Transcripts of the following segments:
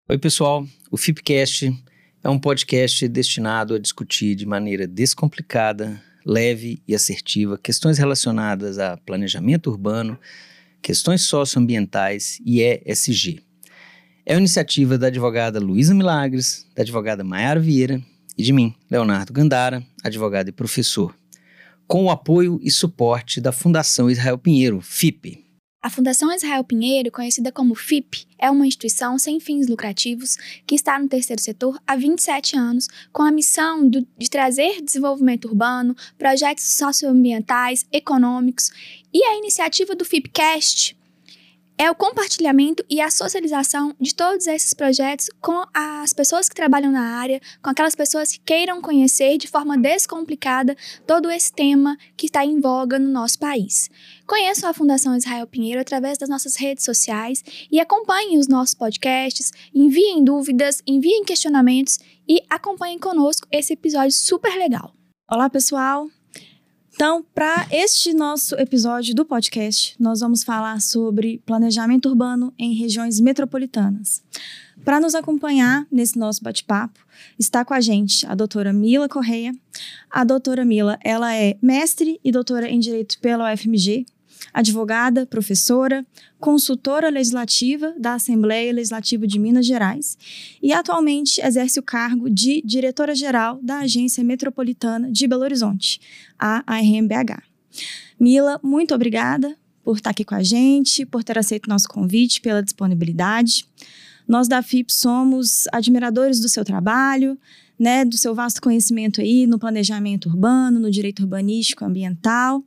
Oi, pessoal. O FIPcast é um podcast destinado a discutir de maneira descomplicada, leve e assertiva questões relacionadas a planejamento urbano, questões socioambientais e ESG. É uma iniciativa da advogada Luísa Milagres, da advogada Maiara Vieira e de mim, Leonardo Gandara, advogado e professor, com o apoio e suporte da Fundação Israel Pinheiro, FIP. A Fundação Israel Pinheiro, conhecida como FIP, é uma instituição sem fins lucrativos que está no terceiro setor há 27 anos, com a missão de trazer desenvolvimento urbano, projetos socioambientais, econômicos, e a iniciativa do FIPcast é o compartilhamento e a socialização de todos esses projetos com as pessoas que trabalham na área, com aquelas pessoas que queiram conhecer de forma descomplicada todo esse tema que está em voga no nosso país. Conheçam a Fundação Israel Pinheiro através das nossas redes sociais e acompanhem os nossos podcasts, enviem dúvidas, enviem questionamentos e acompanhem conosco esse episódio super legal. Olá, pessoal! Então, para este nosso episódio do podcast, nós vamos falar sobre planejamento urbano em regiões metropolitanas. Para nos acompanhar nesse nosso bate-papo, está com a gente a doutora Mila Correia. A doutora Mila, ela é mestre e doutora em Direito pela UFMG, advogada, professora, consultora legislativa da Assembleia Legislativa de Minas Gerais e atualmente exerce o cargo de diretora-geral da Agência Metropolitana de Belo Horizonte, a ARMBH. Mila, muito obrigada por estar aqui com a gente, por ter aceito nosso convite, pela disponibilidade. Nós da FIP somos admiradores do seu trabalho, do seu vasto conhecimento aí no planejamento urbano, no direito urbanístico, ambiental.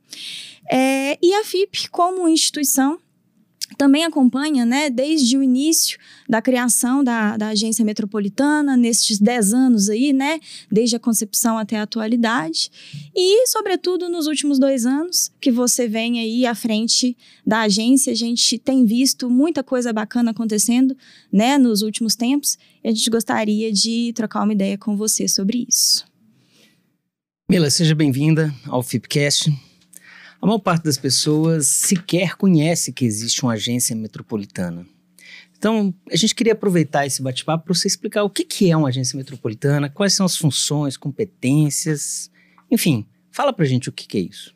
E a FIP, como instituição, também acompanha, desde o início da criação da agência metropolitana, nestes 10 anos aí, desde a concepção até a atualidade, e, sobretudo, nos últimos 2 anos, que você vem aí à frente da agência, a gente tem visto muita coisa bacana acontecendo, nos últimos tempos, e a gente gostaria de trocar uma ideia com você sobre isso. Mila, seja bem-vinda ao FIPcast. A maior parte das pessoas sequer conhece que existe uma agência metropolitana. Então, a gente queria aproveitar esse bate-papo para você explicar o que é uma agência metropolitana, quais são as funções, competências, enfim, fala pra gente o que é isso.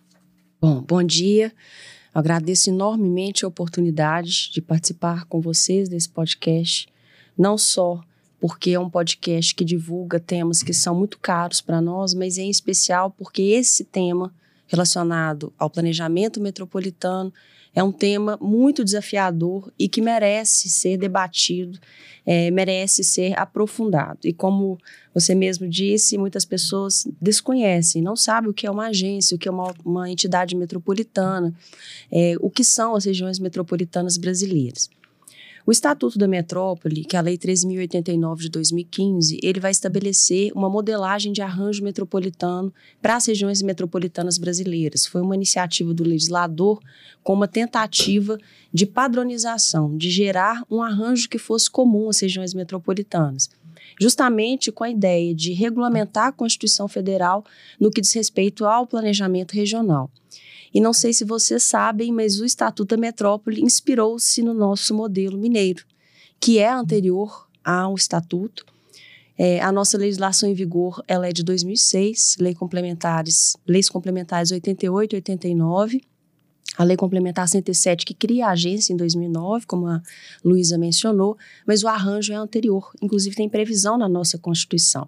Bom dia, eu agradeço enormemente a oportunidade de participar com vocês desse podcast, não só porque é um podcast que divulga temas que são muito caros para nós, mas em especial porque esse tema relacionado ao planejamento metropolitano é um tema muito desafiador e que merece ser debatido, merece ser aprofundado. E como você mesmo disse, muitas pessoas desconhecem, não sabem o que é uma agência, o que é uma entidade metropolitana, o que são as regiões metropolitanas brasileiras. O Estatuto da Metrópole, que é a Lei 13.089 de 2015, ele vai estabelecer uma modelagem de arranjo metropolitano para as regiões metropolitanas brasileiras. Foi uma iniciativa do legislador com uma tentativa de padronização, de gerar um arranjo que fosse comum às regiões metropolitanas, justamente com a ideia de regulamentar a Constituição Federal no que diz respeito ao planejamento regional. E não sei se vocês sabem, mas o Estatuto da Metrópole inspirou-se no nosso modelo mineiro, que é anterior ao Estatuto. A nossa legislação em vigor ela é de 2006, leis complementares 88 e 89, a Lei Complementar 107, que cria a agência em 2009, como a Luísa mencionou, mas o arranjo é anterior, inclusive tem previsão na nossa Constituição.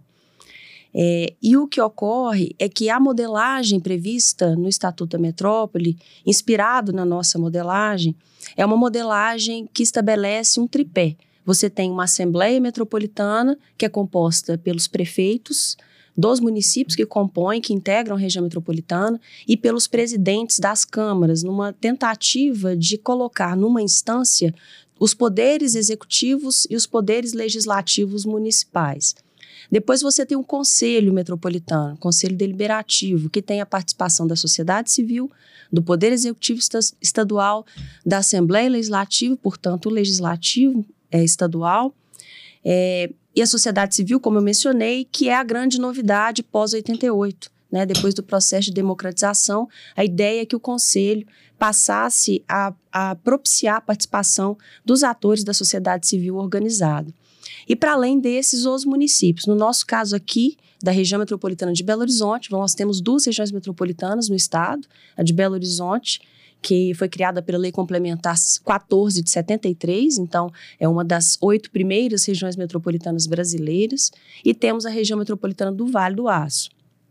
E o que ocorre é que a modelagem prevista no Estatuto da Metrópole, inspirado na nossa modelagem, é uma modelagem que estabelece um tripé. Você tem uma Assembleia Metropolitana, que é composta pelos prefeitos dos municípios que compõem, que integram a região metropolitana, e pelos presidentes das câmaras, numa tentativa de colocar numa instância os poderes executivos e os poderes legislativos municipais. Depois você tem um conselho metropolitano, conselho deliberativo, que tem a participação da sociedade civil, do poder executivo estadual, da Assembleia Legislativa, portanto o legislativo estadual, e a sociedade civil, como eu mencionei, que é a grande novidade pós-88, né, depois do processo de democratização, a ideia é que o Conselho passasse a propiciar a participação dos atores da sociedade civil organizada. E para além desses, os municípios. No nosso caso aqui, da região metropolitana de Belo Horizonte, nós temos 2 regiões metropolitanas no estado, a de Belo Horizonte, que foi criada pela Lei Complementar 14 de 73, então é uma das 8 primeiras regiões metropolitanas brasileiras, e temos a região metropolitana do Vale do Aço.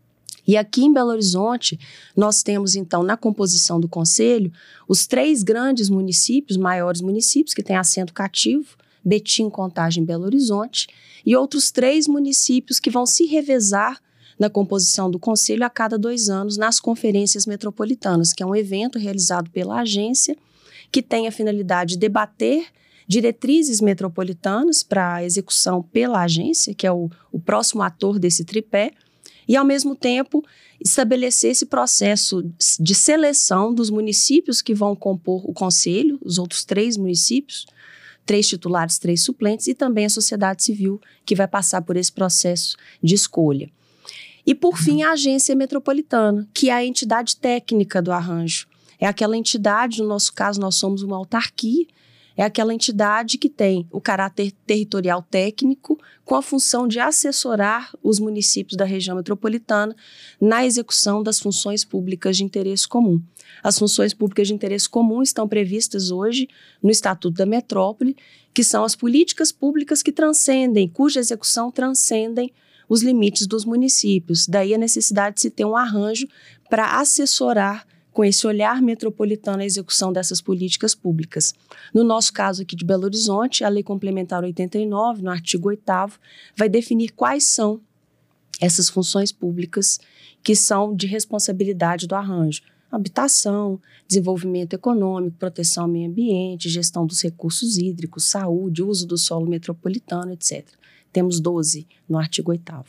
E aqui em Belo Horizonte, nós temos então na composição do Conselho os 3 grandes municípios, maiores municípios, que têm assento cativo, Betim, Contagem e Belo Horizonte, e outros 3 municípios que vão se revezar na composição do Conselho a cada 2 anos nas conferências metropolitanas, que é um evento realizado pela agência que tem a finalidade de debater diretrizes metropolitanas para a execução pela agência, que é o próximo ator desse tripé, e, ao mesmo tempo, estabelecer esse processo de seleção dos municípios que vão compor o Conselho, os outros 3 municípios, 3 titulares, 3 suplentes, e também a sociedade civil, que vai passar por esse processo de escolha. E, por fim, a agência metropolitana, que é a entidade técnica do arranjo. É aquela entidade, no nosso caso, nós somos uma autarquia, é aquela entidade que tem o caráter territorial técnico com a função de assessorar os municípios da região metropolitana na execução das funções públicas de interesse comum. As funções públicas de interesse comum estão previstas hoje no Estatuto da Metrópole, que são as políticas públicas que transcendem, cuja execução transcendem os limites dos municípios. Daí a necessidade de se ter um arranjo para assessorar com esse olhar metropolitano a execução dessas políticas públicas. No nosso caso aqui de Belo Horizonte, a Lei Complementar 89, no artigo 8º, vai definir quais são essas funções públicas que são de responsabilidade do arranjo. Habitação, desenvolvimento econômico, proteção ao meio ambiente, gestão dos recursos hídricos, saúde, uso do solo metropolitano, etc. Temos 12 no artigo 8º.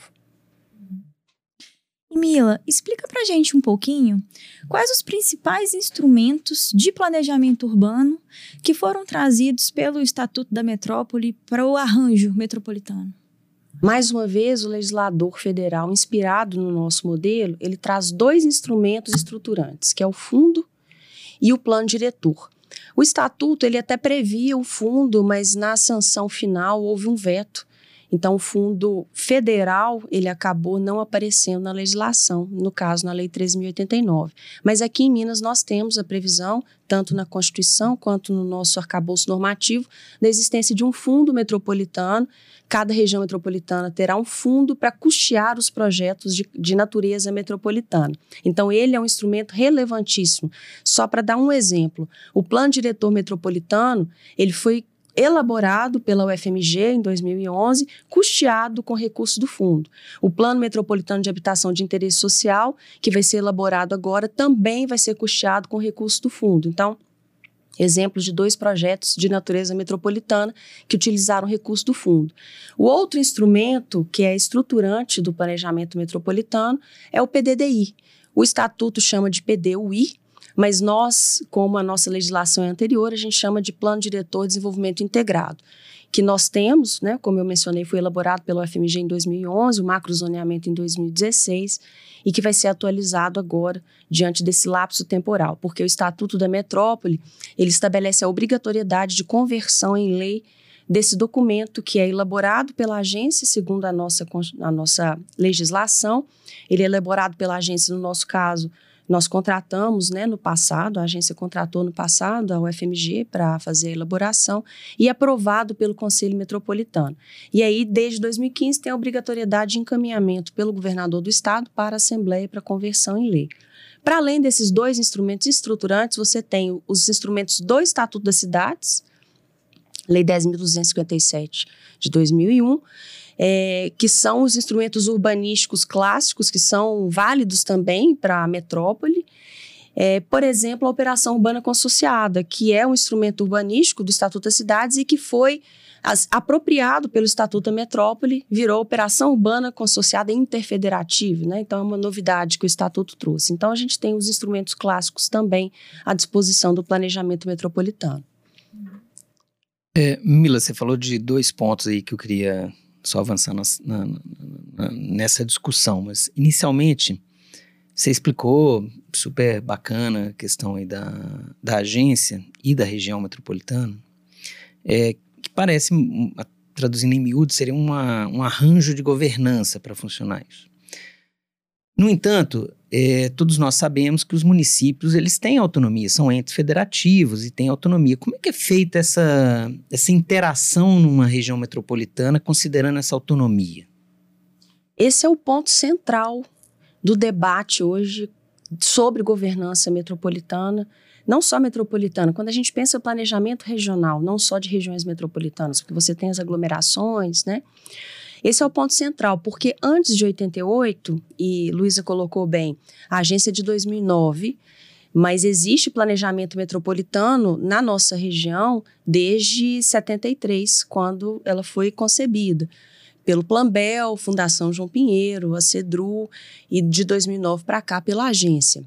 Mila, explica pra gente um pouquinho quais os principais instrumentos de planejamento urbano que foram trazidos pelo Estatuto da Metrópole para o arranjo metropolitano. Mais uma vez, o legislador federal, inspirado no nosso modelo, ele traz 2 instrumentos estruturantes, que é o fundo e o plano diretor. O Estatuto, ele até previa o fundo, mas na sanção final houve um veto. Então, o fundo federal, ele acabou não aparecendo na legislação, no caso, na Lei 13.089. Mas aqui em Minas nós temos a previsão, tanto na Constituição quanto no nosso arcabouço normativo, da existência de um fundo metropolitano. Cada região metropolitana terá um fundo para custear os projetos de natureza metropolitana. Então, ele é um instrumento relevantíssimo. Só para dar um exemplo, o Plano Diretor Metropolitano, ele foi elaborado pela UFMG em 2011, custeado com recursos do fundo. O Plano Metropolitano de Habitação de Interesse Social, que vai ser elaborado agora, também vai ser custeado com recursos do fundo. Então, exemplos de 2 projetos de natureza metropolitana que utilizaram recursos do fundo. O outro instrumento que é estruturante do planejamento metropolitano é o PDDI. O Estatuto chama de PDUI, mas nós, como a nossa legislação é anterior, a gente chama de Plano Diretor de Desenvolvimento Integrado, que nós temos, né, como eu mencionei, foi elaborado pelo UFMG em 2011, o macrozoneamento em 2016, e que vai ser atualizado agora, diante desse lapso temporal, porque o Estatuto da Metrópole, ele estabelece a obrigatoriedade de conversão em lei desse documento que é elaborado pela agência, segundo a nossa legislação. Ele é elaborado pela agência, no nosso caso, nós contratamos, né, no passado, a agência contratou no passado a UFMG para fazer a elaboração e aprovado pelo Conselho Metropolitano. E aí, desde 2015, tem a obrigatoriedade de encaminhamento pelo governador do estado para a Assembleia para conversão em lei. Para além desses 2 instrumentos estruturantes, você tem os instrumentos do Estatuto das Cidades, Lei 10.257 de 2001, que são os instrumentos urbanísticos clássicos, que são válidos também para a metrópole. Por exemplo, a Operação Urbana Consociada, que é um instrumento urbanístico do Estatuto das Cidades e que foi apropriado pelo Estatuto da Metrópole, virou Operação Urbana Consociada Interfederativa, né? Então, é uma novidade que o Estatuto trouxe. Então, a gente tem os instrumentos clássicos também à disposição do planejamento metropolitano. Mila, você falou de 2 pontos aí que eu queria só avançar nessa discussão, mas inicialmente Você explicou, super bacana, a questão aí da agência e da região metropolitana, que parece, traduzindo em miúdo, seria um arranjo de governança para funcionar isso. No entanto, todos nós sabemos que os municípios eles têm autonomia, são entes federativos e têm autonomia. Como é que é feita essa interação numa região metropolitana considerando essa autonomia? Esse é o ponto central do debate hoje sobre governança metropolitana, não só metropolitana. Quando a gente pensa em planejamento regional, não só de regiões metropolitanas, porque você tem as aglomerações, né? Esse é o ponto central, porque antes de 88, e Luísa colocou bem, a agência é de 2009, mas existe planejamento metropolitano na nossa região desde 73, quando ela foi concebida. Pelo Plambel, Fundação João Pinheiro, a CEDRU, e de 2009 para cá pela agência.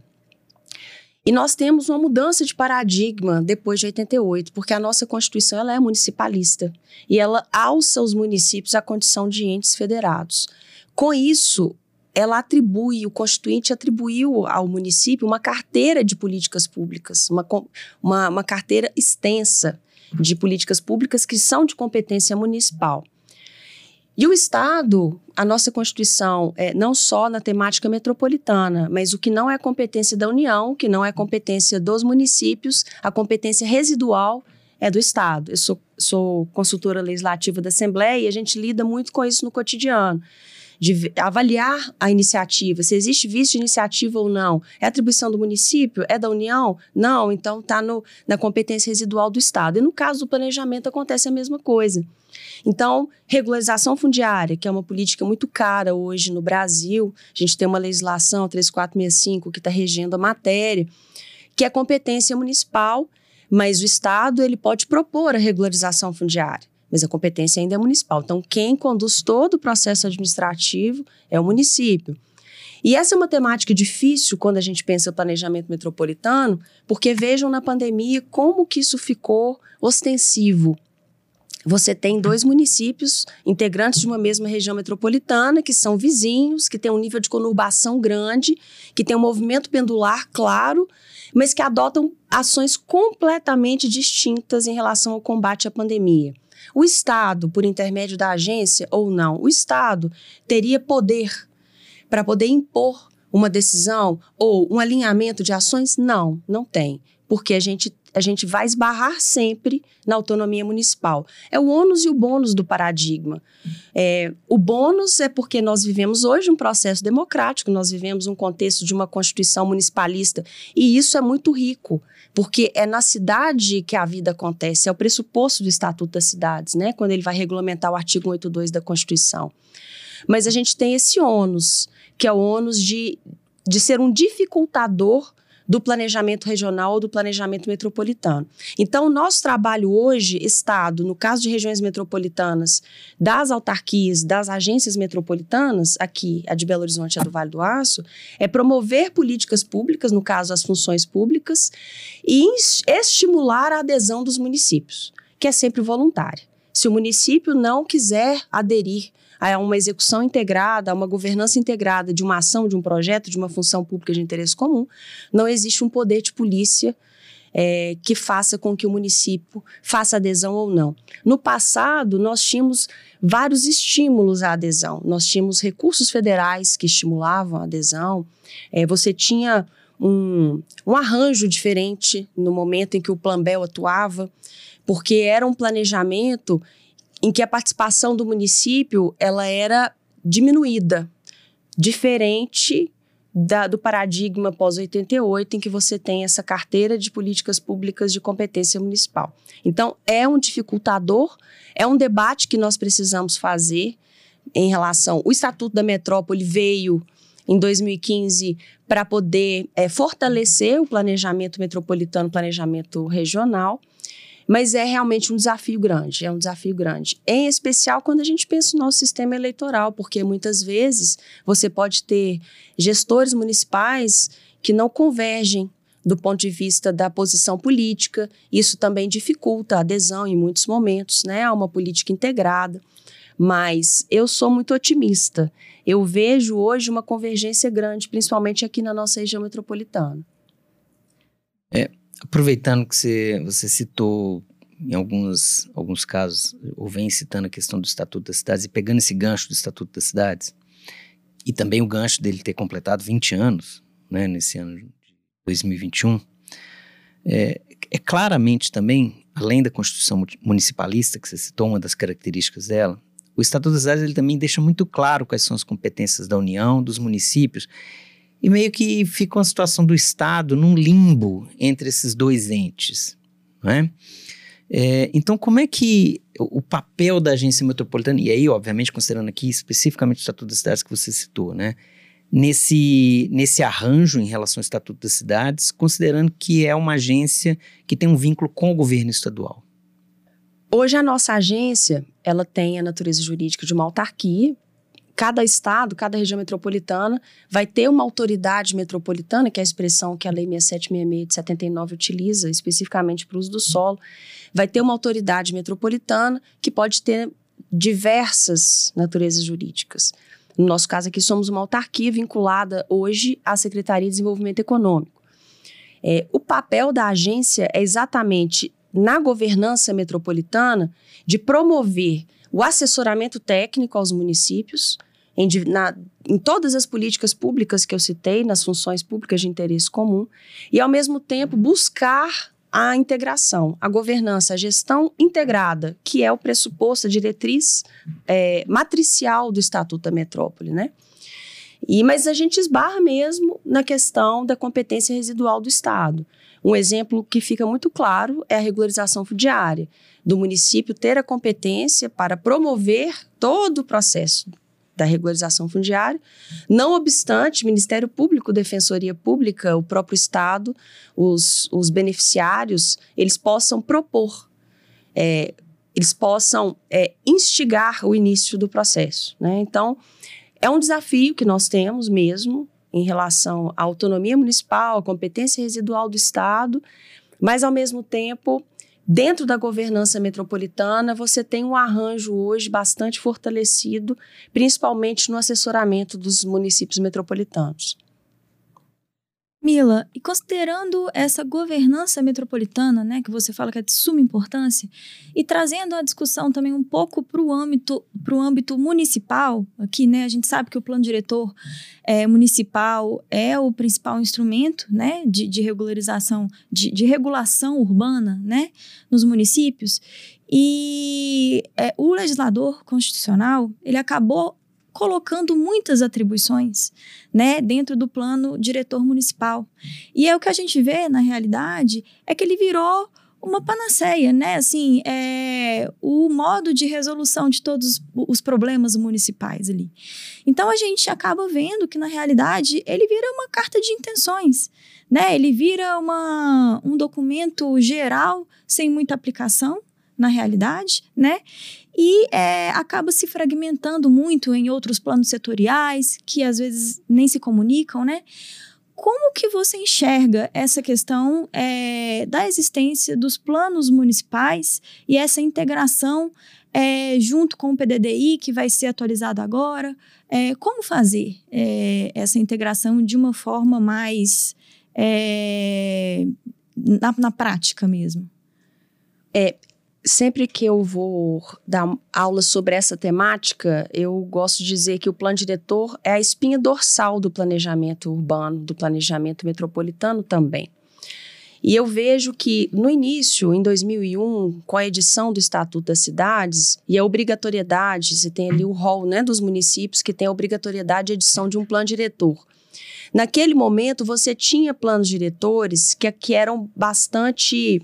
E nós temos uma mudança de paradigma depois de 88, porque a nossa Constituição ela é municipalista e ela alça os municípios à condição de entes federados. Com isso, ela o Constituinte atribuiu ao município uma carteira de políticas públicas, uma carteira extensa de políticas públicas que são de competência municipal. E o Estado, a nossa Constituição, não só na temática metropolitana, mas o que não é competência da União, que não é competência dos municípios, a competência residual é do Estado. Eu sou consultora legislativa da Assembleia e a gente lida muito com isso no cotidiano, de avaliar a iniciativa, se existe vício de iniciativa ou não. É atribuição do município? É da União? Não, então está na competência residual do Estado. E no caso do planejamento acontece a mesma coisa. Então, regularização fundiária, que é uma política muito cara hoje no Brasil, a gente tem uma legislação 3465 que está regendo a matéria, que é competência municipal, mas o Estado ele pode propor a regularização fundiária, mas a competência ainda é municipal. Então, quem conduz todo o processo administrativo é o município. E essa é uma temática difícil quando a gente pensa em planejamento metropolitano, porque vejam na pandemia como que isso ficou ostensivo. Você tem 2 municípios integrantes de uma mesma região metropolitana, que são vizinhos, que têm um nível de conurbação grande, que tem um movimento pendular claro, mas que adotam ações completamente distintas em relação ao combate à pandemia. O Estado, por intermédio da agência ou não, o Estado teria poder para poder impor uma decisão ou um alinhamento de ações? Não, não tem, porque a gente vai esbarrar sempre na autonomia municipal. É o ônus e o bônus do paradigma. O bônus é porque nós vivemos hoje um processo democrático, nós vivemos um contexto de uma Constituição municipalista, e isso é muito rico, porque é na cidade que a vida acontece, é o pressuposto do Estatuto das Cidades, né? Quando ele vai regulamentar o artigo 182 da Constituição. Mas a gente tem esse ônus, que é o ônus de ser um dificultador do planejamento regional ou do planejamento metropolitano. Então, o nosso trabalho hoje, Estado, no caso de regiões metropolitanas, das autarquias, das agências metropolitanas, aqui, a de Belo Horizonte e a do Vale do Aço, é promover políticas públicas, no caso, as funções públicas, e estimular a adesão dos municípios, que é sempre voluntária. Se o município não quiser aderir a uma execução integrada, a uma governança integrada de uma ação, de um projeto, de uma função pública de interesse comum, não existe um poder de polícia que faça com que o município faça adesão ou não. No passado, nós tínhamos vários estímulos à adesão. Nós tínhamos recursos federais que estimulavam a adesão. Você tinha um arranjo diferente no momento em que o Plambel atuava, porque era um planejamento em que a participação do município ela era diminuída, diferente do paradigma pós-88, em que você tem essa carteira de políticas públicas de competência municipal. Então, é um dificultador, é um debate que nós precisamos fazer em relação... O Estatuto da Metrópole veio em 2015 para poder fortalecer o planejamento metropolitano, planejamento regional, mas é realmente um desafio grande, em especial quando a gente pensa no nosso sistema eleitoral, porque muitas vezes você pode ter gestores municipais que não convergem do ponto de vista da posição política, isso também dificulta a adesão em muitos momentos, né, a uma política integrada, Mas eu sou muito otimista. Eu vejo hoje uma convergência grande, principalmente aqui na nossa região metropolitana. Aproveitando que você citou em alguns casos, ou vem citando a questão do Estatuto das Cidades, e pegando esse gancho do Estatuto das Cidades, e também o gancho dele ter completado 20 anos, né, nesse ano de 2021, é claramente também, além da Constituição municipalista, que você citou, uma das características dela, o Estatuto das Cidades ele também deixa muito claro quais são as competências da União, dos municípios, e meio que fica uma situação do Estado num limbo entre esses dois entes, não é? Então, como é que o papel da agência metropolitana, e aí, obviamente, considerando aqui especificamente o Estatuto das Cidades que você citou, né? Nesse arranjo em relação ao Estatuto das Cidades, considerando que é uma agência que tem um vínculo com o governo estadual? Hoje a nossa agência, ela tem a natureza jurídica de uma autarquia. Cada estado, cada região metropolitana vai ter uma autoridade metropolitana, que é a expressão que a Lei 6766 de 79 utiliza especificamente para o uso do solo. Vai ter uma autoridade metropolitana que pode ter diversas naturezas jurídicas. No nosso caso aqui, somos uma autarquia vinculada hoje à Secretaria de Desenvolvimento Econômico. O papel da agência é exatamente, na governança metropolitana, de promover o assessoramento técnico aos municípios, em todas as políticas públicas que eu citei, nas funções públicas de interesse comum, e, ao mesmo tempo, buscar a integração, a governança, a gestão integrada, que é o pressuposto, a diretriz matricial do Estatuto da Metrópole, né? Mas a gente esbarra mesmo na questão da competência residual do Estado. Um exemplo que fica muito claro é a regularização fundiária, do município ter a competência para promover todo o processo da regularização fundiária. Não obstante, Ministério Público, Defensoria Pública, o próprio Estado, os beneficiários, eles possam propor, eles possam instigar o início do processo, né? Então, é um desafio que nós temos mesmo em relação à autonomia municipal, à competência residual do Estado, mas, ao mesmo tempo, dentro da governança metropolitana, você tem um arranjo hoje bastante fortalecido, principalmente no assessoramento dos municípios metropolitanos. Mila, e considerando essa governança metropolitana, né, que você fala que é de suma importância, e trazendo a discussão também um pouco para o âmbito municipal, aqui, né, a gente sabe que o plano diretor municipal é o principal instrumento, né, de regularização, de regulação urbana, né, nos municípios, e o legislador constitucional, ele acabou colocando muitas atribuições, né, dentro do plano diretor municipal. E o que a gente vê, na realidade, é que ele virou uma panaceia, né, assim, o modo de resolução de todos os problemas municipais ali. Então, a gente acaba vendo que, na realidade, ele vira uma carta de intenções, né, ele vira um documento geral, sem muita aplicação, na realidade, né? E acaba se fragmentando muito em outros planos setoriais, que às vezes nem se comunicam, né? Como que você enxerga essa questão da existência dos planos municipais e essa integração junto com o PDDI, que vai ser atualizado agora? Como fazer essa integração de uma forma mais na prática mesmo? Sempre que eu vou dar aula sobre essa temática, eu gosto de dizer que o plano diretor é a espinha dorsal do planejamento urbano, do planejamento metropolitano também. E eu vejo que, no início, em 2001, com a edição do Estatuto das Cidades, e a obrigatoriedade, você tem ali o rol, né, dos municípios que tem a obrigatoriedade de edição de um plano diretor. Naquele momento, você tinha planos diretores que eram bastante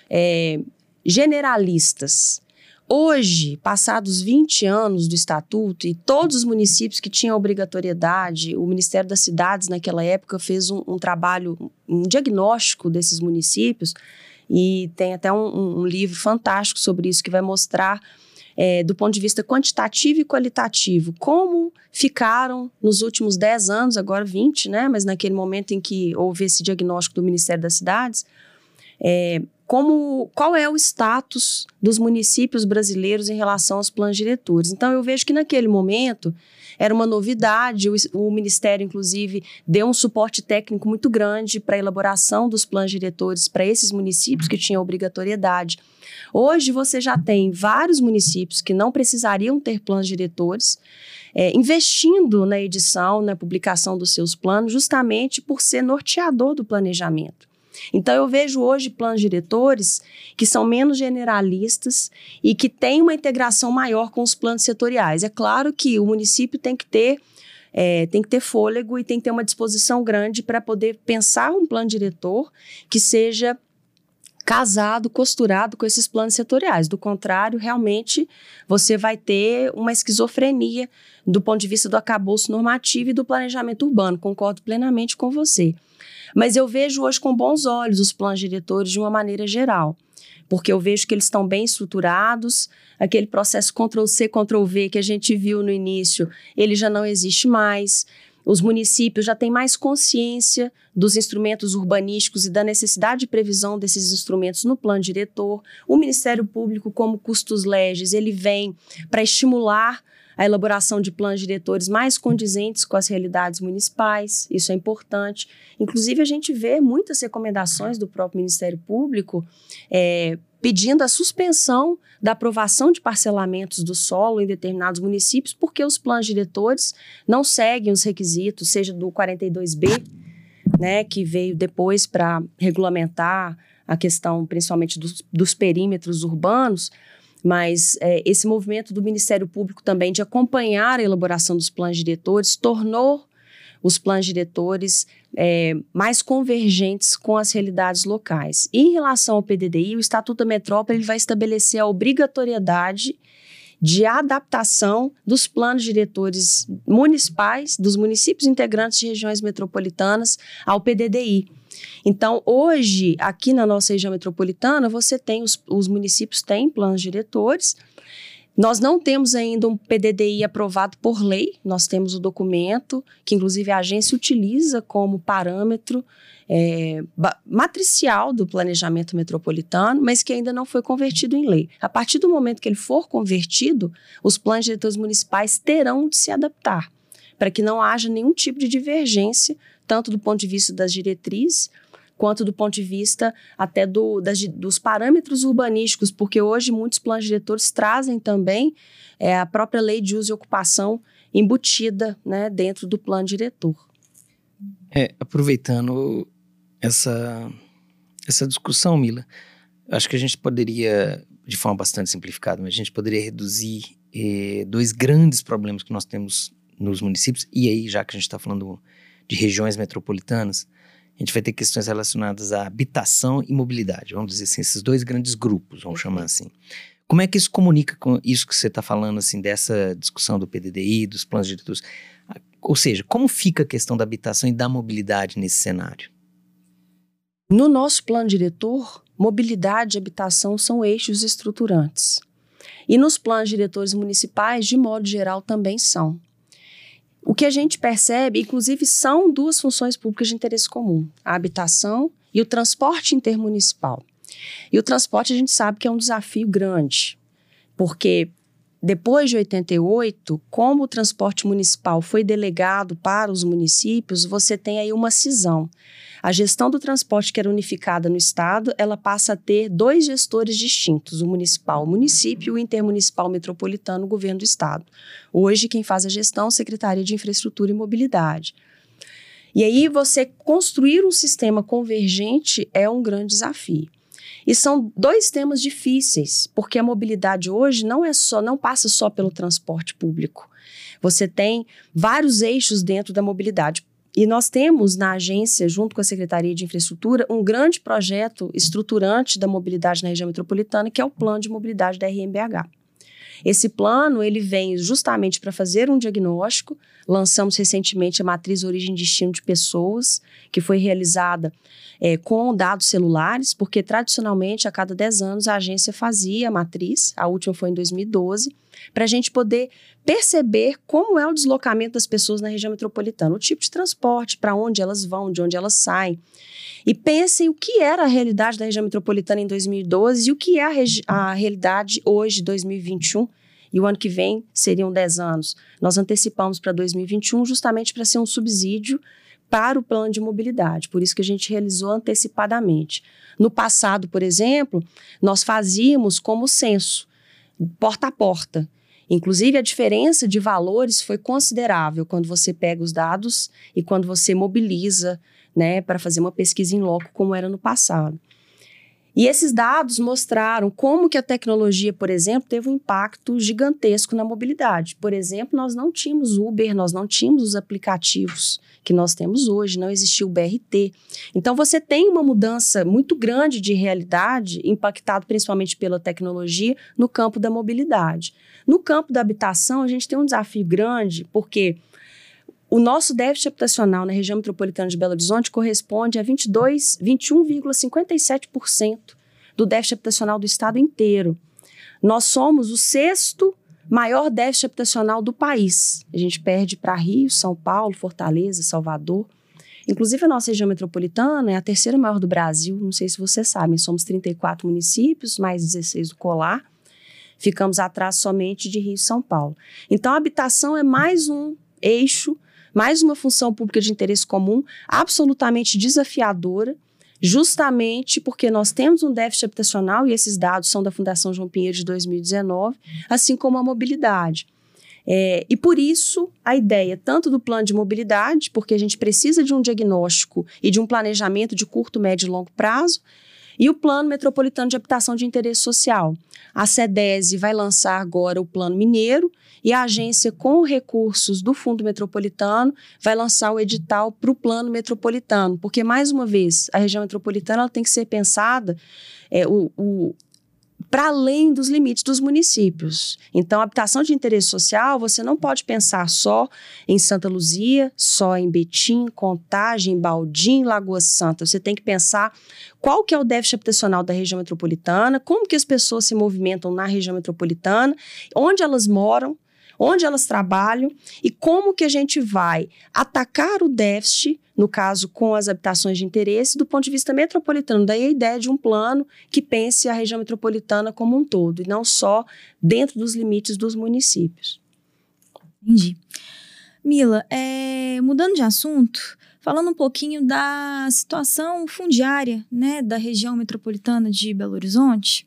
generalistas. Hoje, passados 20 anos do Estatuto e todos os municípios que tinham obrigatoriedade, o Ministério das Cidades naquela época fez um trabalho, um diagnóstico desses municípios, e tem até um livro fantástico sobre isso que vai mostrar do ponto de vista quantitativo e qualitativo como ficaram nos últimos 10 anos, agora 20, né? Mas naquele momento em que houve esse diagnóstico do Ministério das Cidades, qual é o status dos municípios brasileiros em relação aos planos diretores. Então, eu vejo que naquele momento era uma novidade, o Ministério, inclusive, deu um suporte técnico muito grande para a elaboração dos planos diretores para esses municípios que tinham obrigatoriedade. Hoje, você já tem vários municípios que não precisariam ter planos diretores, investindo na edição, na publicação dos seus planos, justamente por ser norteador do planejamento. Então, eu vejo hoje planos diretores que são menos generalistas e que têm uma integração maior com os planos setoriais. É claro que o município tem que ter fôlego e tem que ter uma disposição grande para poder pensar um plano diretor que seja casado, costurado com esses planos setoriais. Do contrário, realmente, você vai ter uma esquizofrenia do ponto de vista do arcabouço normativo e do planejamento urbano. Concordo plenamente com você. Mas eu vejo hoje com bons olhos os planos diretores de uma maneira geral, porque eu vejo que eles estão bem estruturados, aquele processo Ctrl+C, Ctrl+V que a gente viu no início, ele já não existe mais, os municípios já têm mais consciência dos instrumentos urbanísticos e da necessidade de previsão desses instrumentos no plano diretor. O Ministério Público, como custos legis, ele vem para estimular a elaboração de planos diretores mais condizentes com as realidades municipais, isso é importante. Inclusive, a gente vê muitas recomendações do próprio Ministério Público pedindo a suspensão da aprovação de parcelamentos do solo em determinados municípios, porque os planos diretores não seguem os requisitos, seja do 42B, né, que veio depois para regulamentar a questão principalmente dos perímetros urbanos, mas esse movimento do Ministério Público também de acompanhar a elaboração dos planos diretores tornou os planos diretores mais convergentes com as realidades locais. E em relação ao PDDI, o Estatuto da Metrópole ele vai estabelecer a obrigatoriedade de adaptação dos planos diretores municipais, dos municípios integrantes de regiões metropolitanas ao PDDI. Então, hoje, aqui na nossa região metropolitana, você tem, os municípios têm planos diretores. Nós não temos ainda um PDDI aprovado por lei, nós temos o documento, que inclusive a agência utiliza como parâmetro matricial do planejamento metropolitano, mas que ainda não foi convertido em lei. A partir do momento que ele for convertido, os planos diretores municipais terão de se adaptar, para que não haja nenhum tipo de divergência, tanto do ponto de vista das diretrizes, quanto do ponto de vista até dos parâmetros urbanísticos, porque hoje muitos planos diretores trazem também a própria lei de uso e ocupação embutida, né, dentro do plano diretor. Aproveitando essa discussão, Mila, acho que a gente poderia, de forma bastante simplificada, mas a gente poderia reduzir dois grandes problemas que nós temos nos municípios, e aí, já que a gente está falando de regiões metropolitanas, a gente vai ter questões relacionadas à habitação e mobilidade, vamos dizer assim, esses dois grandes grupos, vamos chamar assim. Como é que isso comunica com isso que você está falando, assim, dessa discussão do PDDI, dos planos diretores? Ou seja, como fica a questão da habitação e da mobilidade nesse cenário? No nosso plano diretor, mobilidade e habitação são eixos estruturantes. E nos planos diretores municipais, de modo geral, também são. O que a gente percebe, inclusive, são duas funções públicas de interesse comum, a habitação e o transporte intermunicipal. E o transporte a gente sabe que é um desafio grande, porque depois de 88, como o transporte municipal foi delegado para os municípios, você tem aí uma cisão. A gestão do transporte que era unificada no estado, ela passa a ter dois gestores distintos, o municipal, o município, e o intermunicipal metropolitano, o governo do estado. Hoje, quem faz a gestão é a Secretaria de Infraestrutura e Mobilidade. E aí, você construir um sistema convergente é um grande desafio. E são dois temas difíceis, porque a mobilidade hoje não passa só pelo transporte público. Você tem vários eixos dentro da mobilidade. E nós temos na agência, junto com a Secretaria de Infraestrutura, um grande projeto estruturante da mobilidade na região metropolitana, que é o Plano de Mobilidade da RMBH. Esse plano, ele vem justamente para fazer um diagnóstico. Lançamos recentemente a Matriz Origem e Destino de Pessoas, que foi realizada com dados celulares, porque tradicionalmente, a cada 10 anos, a agência fazia a matriz, a última foi em 2012, para a gente poder perceber como é o deslocamento das pessoas na região metropolitana, o tipo de transporte, para onde elas vão, de onde elas saem. E pensem o que era a realidade da região metropolitana em 2012 e o que é a realidade hoje, 2021, e o ano que vem seriam 10 anos. Nós antecipamos para 2021 justamente para ser um subsídio para o plano de mobilidade, por isso que a gente realizou antecipadamente. No passado, por exemplo, nós fazíamos como censo, porta a porta. Inclusive, a diferença de valores foi considerável quando você pega os dados e quando você mobiliza, né, para fazer uma pesquisa em loco, como era no passado. E esses dados mostraram como que a tecnologia, por exemplo, teve um impacto gigantesco na mobilidade. Por exemplo, nós não tínhamos Uber, nós não tínhamos os aplicativos que nós temos hoje, não existia o BRT. Então, você tem uma mudança muito grande de realidade, impactado principalmente pela tecnologia, no campo da mobilidade. No campo da habitação, a gente tem um desafio grande, porque o nosso déficit habitacional na região metropolitana de Belo Horizonte corresponde a 21,57% do déficit habitacional do estado inteiro. Nós somos o 6º maior déficit habitacional do país. A gente perde para Rio, São Paulo, Fortaleza, Salvador. Inclusive, a nossa região metropolitana é a 3ª maior do Brasil. Não sei se vocês sabem, somos 34 municípios, mais 16 do Colar. Ficamos atrás somente de Rio e São Paulo. Então, a habitação é mais um eixo, mais uma função pública de interesse comum absolutamente desafiadora, justamente porque nós temos um déficit habitacional, e esses dados são da Fundação João Pinheiro de 2019, assim como a mobilidade. E por isso, a ideia tanto do plano de mobilidade, porque a gente precisa de um diagnóstico e de um planejamento de curto, médio e longo prazo, e o Plano Metropolitano de Habitação de Interesse Social. A CEDESE vai lançar agora o Plano Mineiro e a agência, com recursos do Fundo Metropolitano, vai lançar o edital para o Plano Metropolitano, porque, mais uma vez, a região metropolitana ela tem que ser pensada para além dos limites dos municípios. Então, a habitação de interesse social, você não pode pensar só em Santa Luzia, só em Betim, Contagem, Baldim, Lagoa Santa. Você tem que pensar qual que é o déficit habitacional da região metropolitana, como que as pessoas se movimentam na região metropolitana, onde elas moram, onde elas trabalham e como que a gente vai atacar o déficit, no caso com as habitações de interesse, do ponto de vista metropolitano. Daí a ideia de um plano que pense a região metropolitana como um todo, e não só dentro dos limites dos municípios. Entendi. Mila, mudando de assunto, falando um pouquinho da situação fundiária, né, da região metropolitana de Belo Horizonte,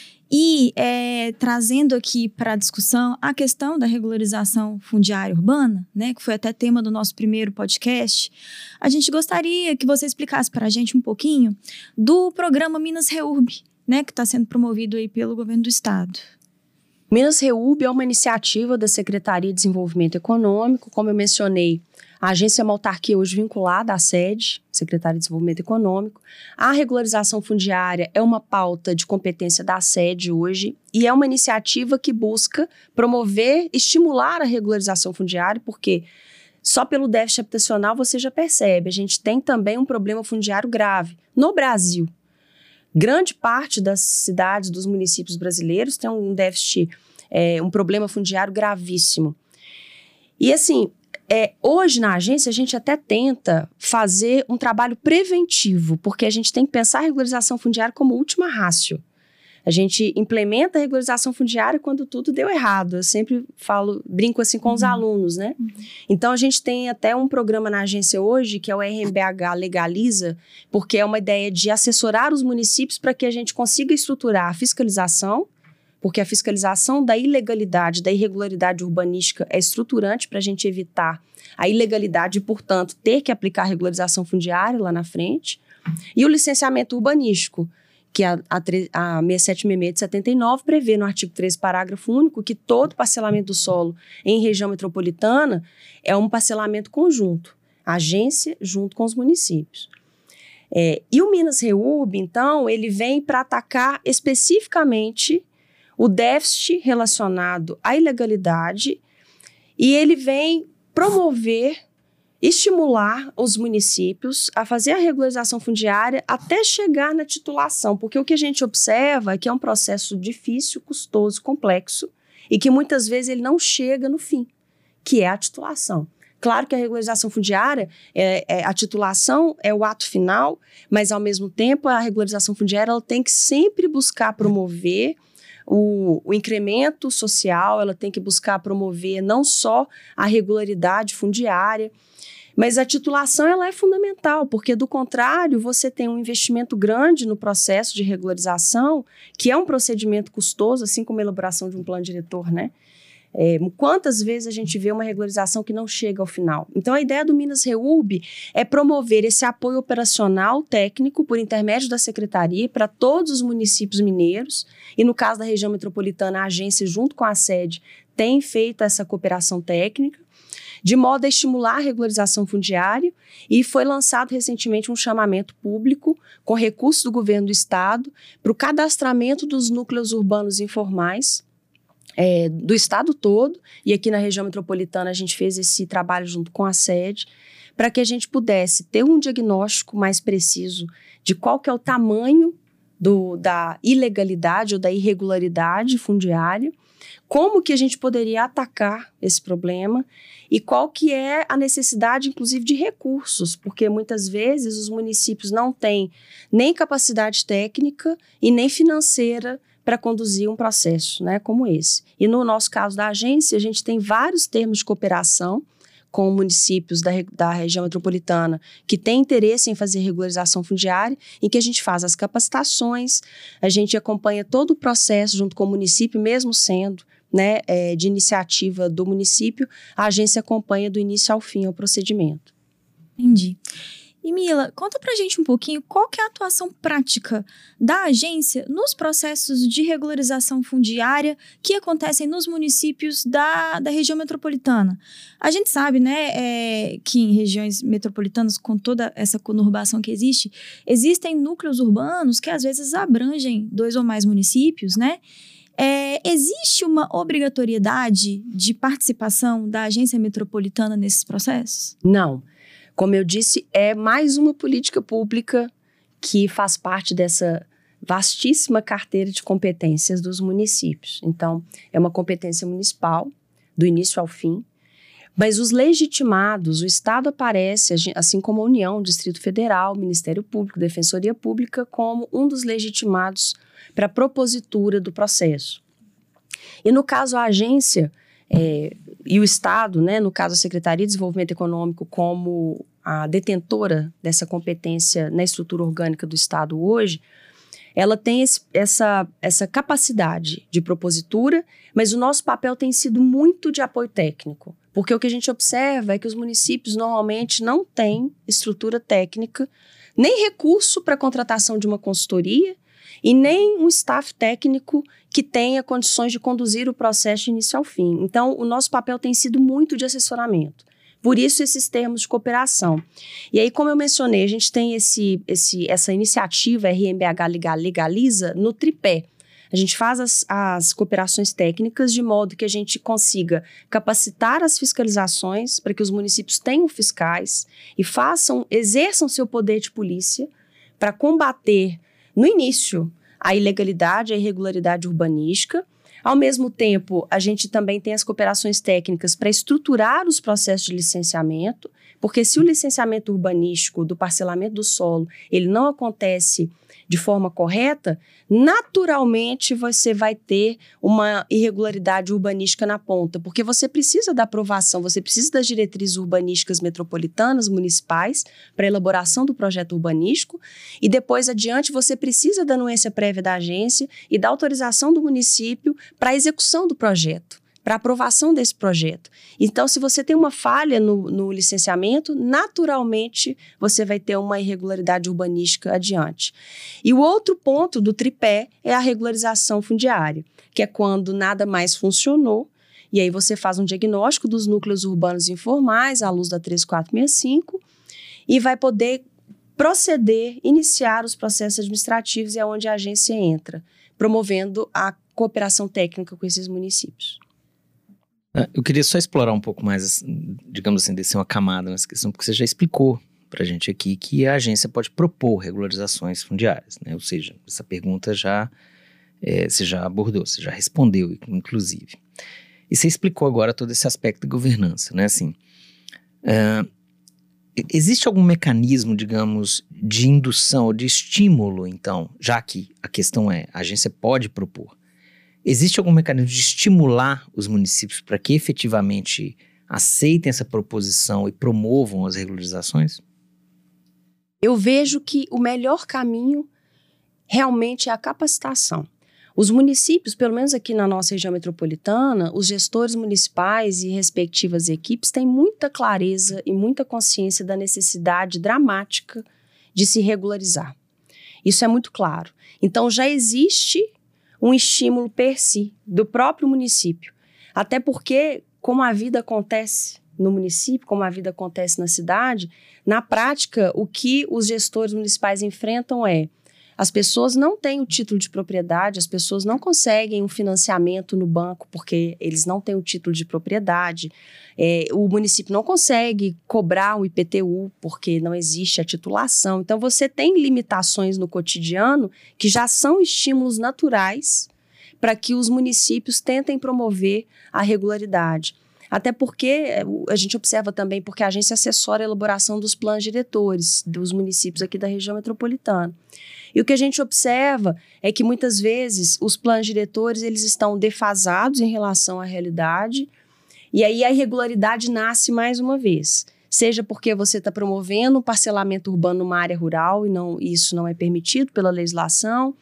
e trazendo aqui para a discussão a questão da regularização fundiária urbana, né, que foi até tema do nosso primeiro podcast, a gente gostaria que você explicasse para a gente um pouquinho do programa Minas Reurb, né, que está sendo promovido aí pelo governo do estado. Minas Reurb é uma iniciativa da Secretaria de Desenvolvimento Econômico, como eu mencionei. A agência é uma autarquia hoje vinculada à sede, Secretaria de Desenvolvimento Econômico. A regularização fundiária é uma pauta de competência da sede hoje e é uma iniciativa que busca promover, estimular a regularização fundiária, porque só pelo déficit habitacional você já percebe, a gente tem também um problema fundiário grave. No Brasil, grande parte das cidades, dos municípios brasileiros tem um déficit, um problema fundiário gravíssimo. E assim, hoje na agência a gente até tenta fazer um trabalho preventivo, porque a gente tem que pensar a regularização fundiária como última ratio. A gente implementa a regularização fundiária quando tudo deu errado. Eu sempre brinco assim com os alunos, né? Então a gente tem até um programa na agência hoje, que é o RMBH Legaliza, porque é uma ideia de assessorar os municípios para que a gente consiga estruturar a fiscalização, porque a fiscalização da ilegalidade, da irregularidade urbanística é estruturante para a gente evitar a ilegalidade e, portanto, ter que aplicar a regularização fundiária lá na frente. E o licenciamento urbanístico, que a 6766 de 79 prevê no artigo 13, parágrafo único, que todo parcelamento do solo em região metropolitana é um parcelamento conjunto, agência junto com os municípios. E o Minas Reurb, então, ele vem para atacar especificamente o déficit relacionado à ilegalidade e ele vem promover, estimular os municípios a fazer a regularização fundiária até chegar na titulação, porque o que a gente observa é que é um processo difícil, custoso, complexo e que muitas vezes ele não chega no fim, que é a titulação. Claro que a regularização fundiária, a titulação é o ato final, mas ao mesmo tempo a regularização fundiária ela tem que sempre buscar promover o incremento social, ela tem que buscar promover não só a regularidade fundiária, mas a titulação ela é fundamental, porque do contrário você tem um investimento grande no processo de regularização, que é um procedimento custoso, assim como a elaboração de um plano diretor, né? Quantas vezes a gente vê uma regularização que não chega ao final? Então, a ideia do Minas Reurb é promover esse apoio operacional técnico por intermédio da Secretaria para todos os municípios mineiros, e no caso da região metropolitana, a agência, junto com a sede, tem feito essa cooperação técnica, de modo a estimular a regularização fundiária, e foi lançado recentemente um chamamento público com recursos do governo do estado para o cadastramento dos núcleos urbanos informais, do estado todo, e aqui na região metropolitana a gente fez esse trabalho junto com a sede, para que a gente pudesse ter um diagnóstico mais preciso de qual que é o tamanho da ilegalidade ou da irregularidade fundiária, como que a gente poderia atacar esse problema e qual que é a necessidade, inclusive, de recursos, porque muitas vezes os municípios não têm nem capacidade técnica e nem financeira para conduzir um processo, né, como esse. E no nosso caso da agência, a gente tem vários termos de cooperação com municípios da região metropolitana que têm interesse em fazer regularização fundiária, em que a gente faz as capacitações, a gente acompanha todo o processo junto com o município, mesmo sendo, né, de iniciativa do município, a agência acompanha do início ao fim o procedimento. Entendi. E Mila, conta pra gente um pouquinho qual que é a atuação prática da agência nos processos de regularização fundiária que acontecem nos municípios da região metropolitana. A gente sabe, né, que em regiões metropolitanas, com toda essa conurbação que existe, existem núcleos urbanos que às vezes abrangem 2 ou mais municípios, né? Existe uma obrigatoriedade de participação da agência metropolitana nesses processos? Não. Como eu disse, é mais uma política pública que faz parte dessa vastíssima carteira de competências dos municípios. Então, é uma competência municipal, do início ao fim, mas os legitimados, o Estado aparece, assim como a União, o Distrito Federal, o Ministério Público, Defensoria Pública, como um dos legitimados para a propositura do processo. E no caso, a agência e o Estado, né, no caso a Secretaria de Desenvolvimento Econômico, como a detentora dessa competência na estrutura orgânica do Estado hoje, ela tem essa capacidade de propositura, mas o nosso papel tem sido muito de apoio técnico, porque o que a gente observa é que os municípios normalmente não têm estrutura técnica, nem recurso para a contratação de uma consultoria e nem um staff técnico que tenha condições de conduzir o processo de início ao fim. Então, o nosso papel tem sido muito de assessoramento. Por isso, esses termos de cooperação. E aí, como eu mencionei, a gente tem essa iniciativa RMBH Legaliza no tripé. A gente faz as cooperações técnicas de modo que a gente consiga capacitar as fiscalizações para que os municípios tenham fiscais e exerçam seu poder de polícia para combater, no início, a ilegalidade, a irregularidade urbanística. Ao mesmo tempo, a gente também tem as cooperações técnicas para estruturar os processos de licenciamento, porque se o licenciamento urbanístico do parcelamento do solo, ele não acontece de forma correta, naturalmente você vai ter uma irregularidade urbanística na ponta, porque você precisa da aprovação, você precisa das diretrizes urbanísticas metropolitanas, municipais, para a elaboração do projeto urbanístico, e depois adiante você precisa da anuência prévia da agência e da autorização do município para a execução do projeto, para a aprovação desse projeto. Então, se você tem uma falha no licenciamento, naturalmente você vai ter uma irregularidade urbanística adiante. E o outro ponto do tripé é a regularização fundiária, que é quando nada mais funcionou, e aí você faz um diagnóstico dos núcleos urbanos informais, à luz da 13465, e vai poder iniciar os processos administrativos, e é onde a agência entra, promovendo a cooperação técnica com esses municípios. Eu queria só explorar um pouco mais, digamos assim, descer uma camada nessa questão, porque você já explicou para a gente aqui que a agência pode propor regularizações fundiárias, né? Ou seja, essa pergunta você já abordou, você já respondeu, inclusive. E você explicou agora todo esse aspecto de governança, né? Assim, existe algum mecanismo, digamos, de indução ou de estímulo, então, já que a questão é, a agência pode propor, existe algum mecanismo de estimular os municípios para que efetivamente aceitem essa proposição e promovam as regularizações? Eu vejo que o melhor caminho realmente é a capacitação. Os municípios, pelo menos aqui na nossa região metropolitana, os gestores municipais e respectivas equipes têm muita clareza e muita consciência da necessidade dramática de se regularizar. Isso é muito claro. Então, já existe um estímulo per si do próprio município. Até porque, como a vida acontece no município, como a vida acontece na cidade, na prática, o que os gestores municipais enfrentam é: as pessoas não têm o título de propriedade, as pessoas não conseguem um financiamento no banco porque eles não têm o título de propriedade, o município não consegue cobrar o IPTU porque não existe a titulação. Então, você tem limitações no cotidiano que já são estímulos naturais para que os municípios tentem promover a regularidade. Até porque a gente observa também, porque a agência assessora a elaboração dos planos diretores dos municípios aqui da região metropolitana. E o que a gente observa é que muitas vezes os planos diretores eles estão defasados em relação à realidade, e aí a irregularidade nasce mais uma vez. Seja porque você está promovendo um parcelamento urbano numa área rural e isso não é permitido pela legislação.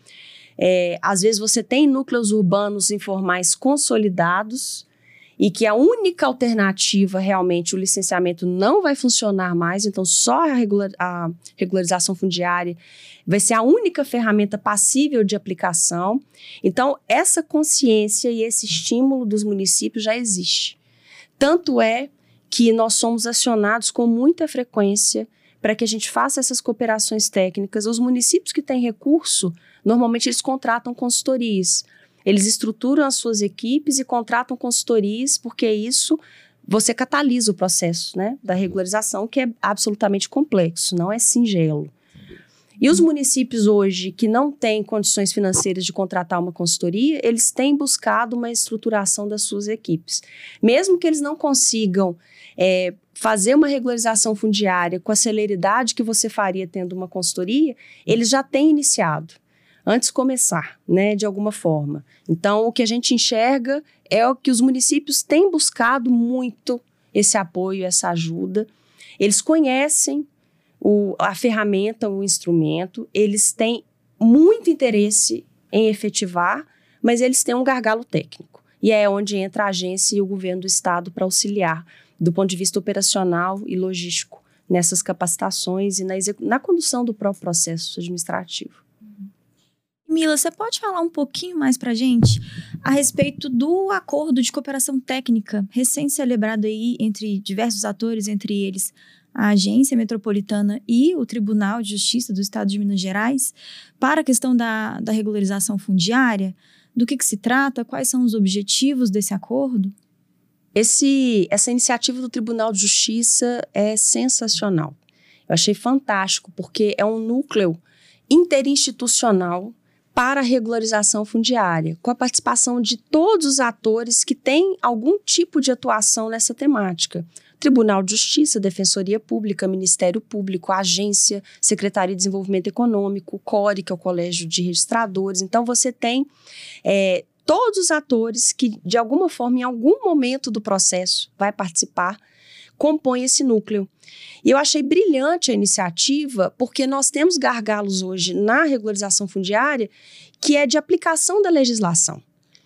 Às vezes você tem núcleos urbanos informais consolidados e que a única alternativa, realmente, o licenciamento não vai funcionar mais, então só a regularização fundiária vai ser a única ferramenta passível de aplicação. Então, essa consciência e esse estímulo dos municípios já existe. Tanto é que nós somos acionados com muita frequência para que a gente faça essas cooperações técnicas. Os municípios que têm recurso, normalmente eles contratam consultorias. Eles estruturam as suas equipes e contratam consultorias, porque isso você catalisa o processo, né, da regularização, que é absolutamente complexo, não é singelo. E os municípios hoje que não têm condições financeiras de contratar uma consultoria, eles têm buscado uma estruturação das suas equipes. Mesmo que eles não consigam fazer uma regularização fundiária com a celeridade que você faria tendo uma consultoria, eles já têm iniciado, antes de começar, né, de alguma forma. Então, o que a gente enxerga é o que os municípios têm buscado muito esse apoio, essa ajuda. Eles conhecem a ferramenta, o instrumento, eles têm muito interesse em efetivar, mas eles têm um gargalo técnico. E é onde entra a agência e o governo do estado para auxiliar, do ponto de vista operacional e logístico, nessas capacitações e na condução do próprio processo administrativo. Mila, você pode falar um pouquinho mais para a gente a respeito do acordo de cooperação técnica recém-celebrado aí entre diversos atores, entre eles a Agência Metropolitana e o Tribunal de Justiça do Estado de Minas Gerais, para a questão da regularização fundiária? Do que se trata? Quais são os objetivos desse acordo? Essa iniciativa do Tribunal de Justiça é sensacional. Eu achei fantástico, porque é um núcleo interinstitucional para a regularização fundiária, com a participação de todos os atores que têm algum tipo de atuação nessa temática. Tribunal de Justiça, Defensoria Pública, Ministério Público, Agência, Secretaria de Desenvolvimento Econômico, CORE, que é o Colégio de Registradores. Então, você tem todos os atores que, de alguma forma, em algum momento do processo, vai participar, compõem esse núcleo. E eu achei brilhante a iniciativa, porque nós temos gargalos hoje na regularização fundiária, que é de aplicação da legislação.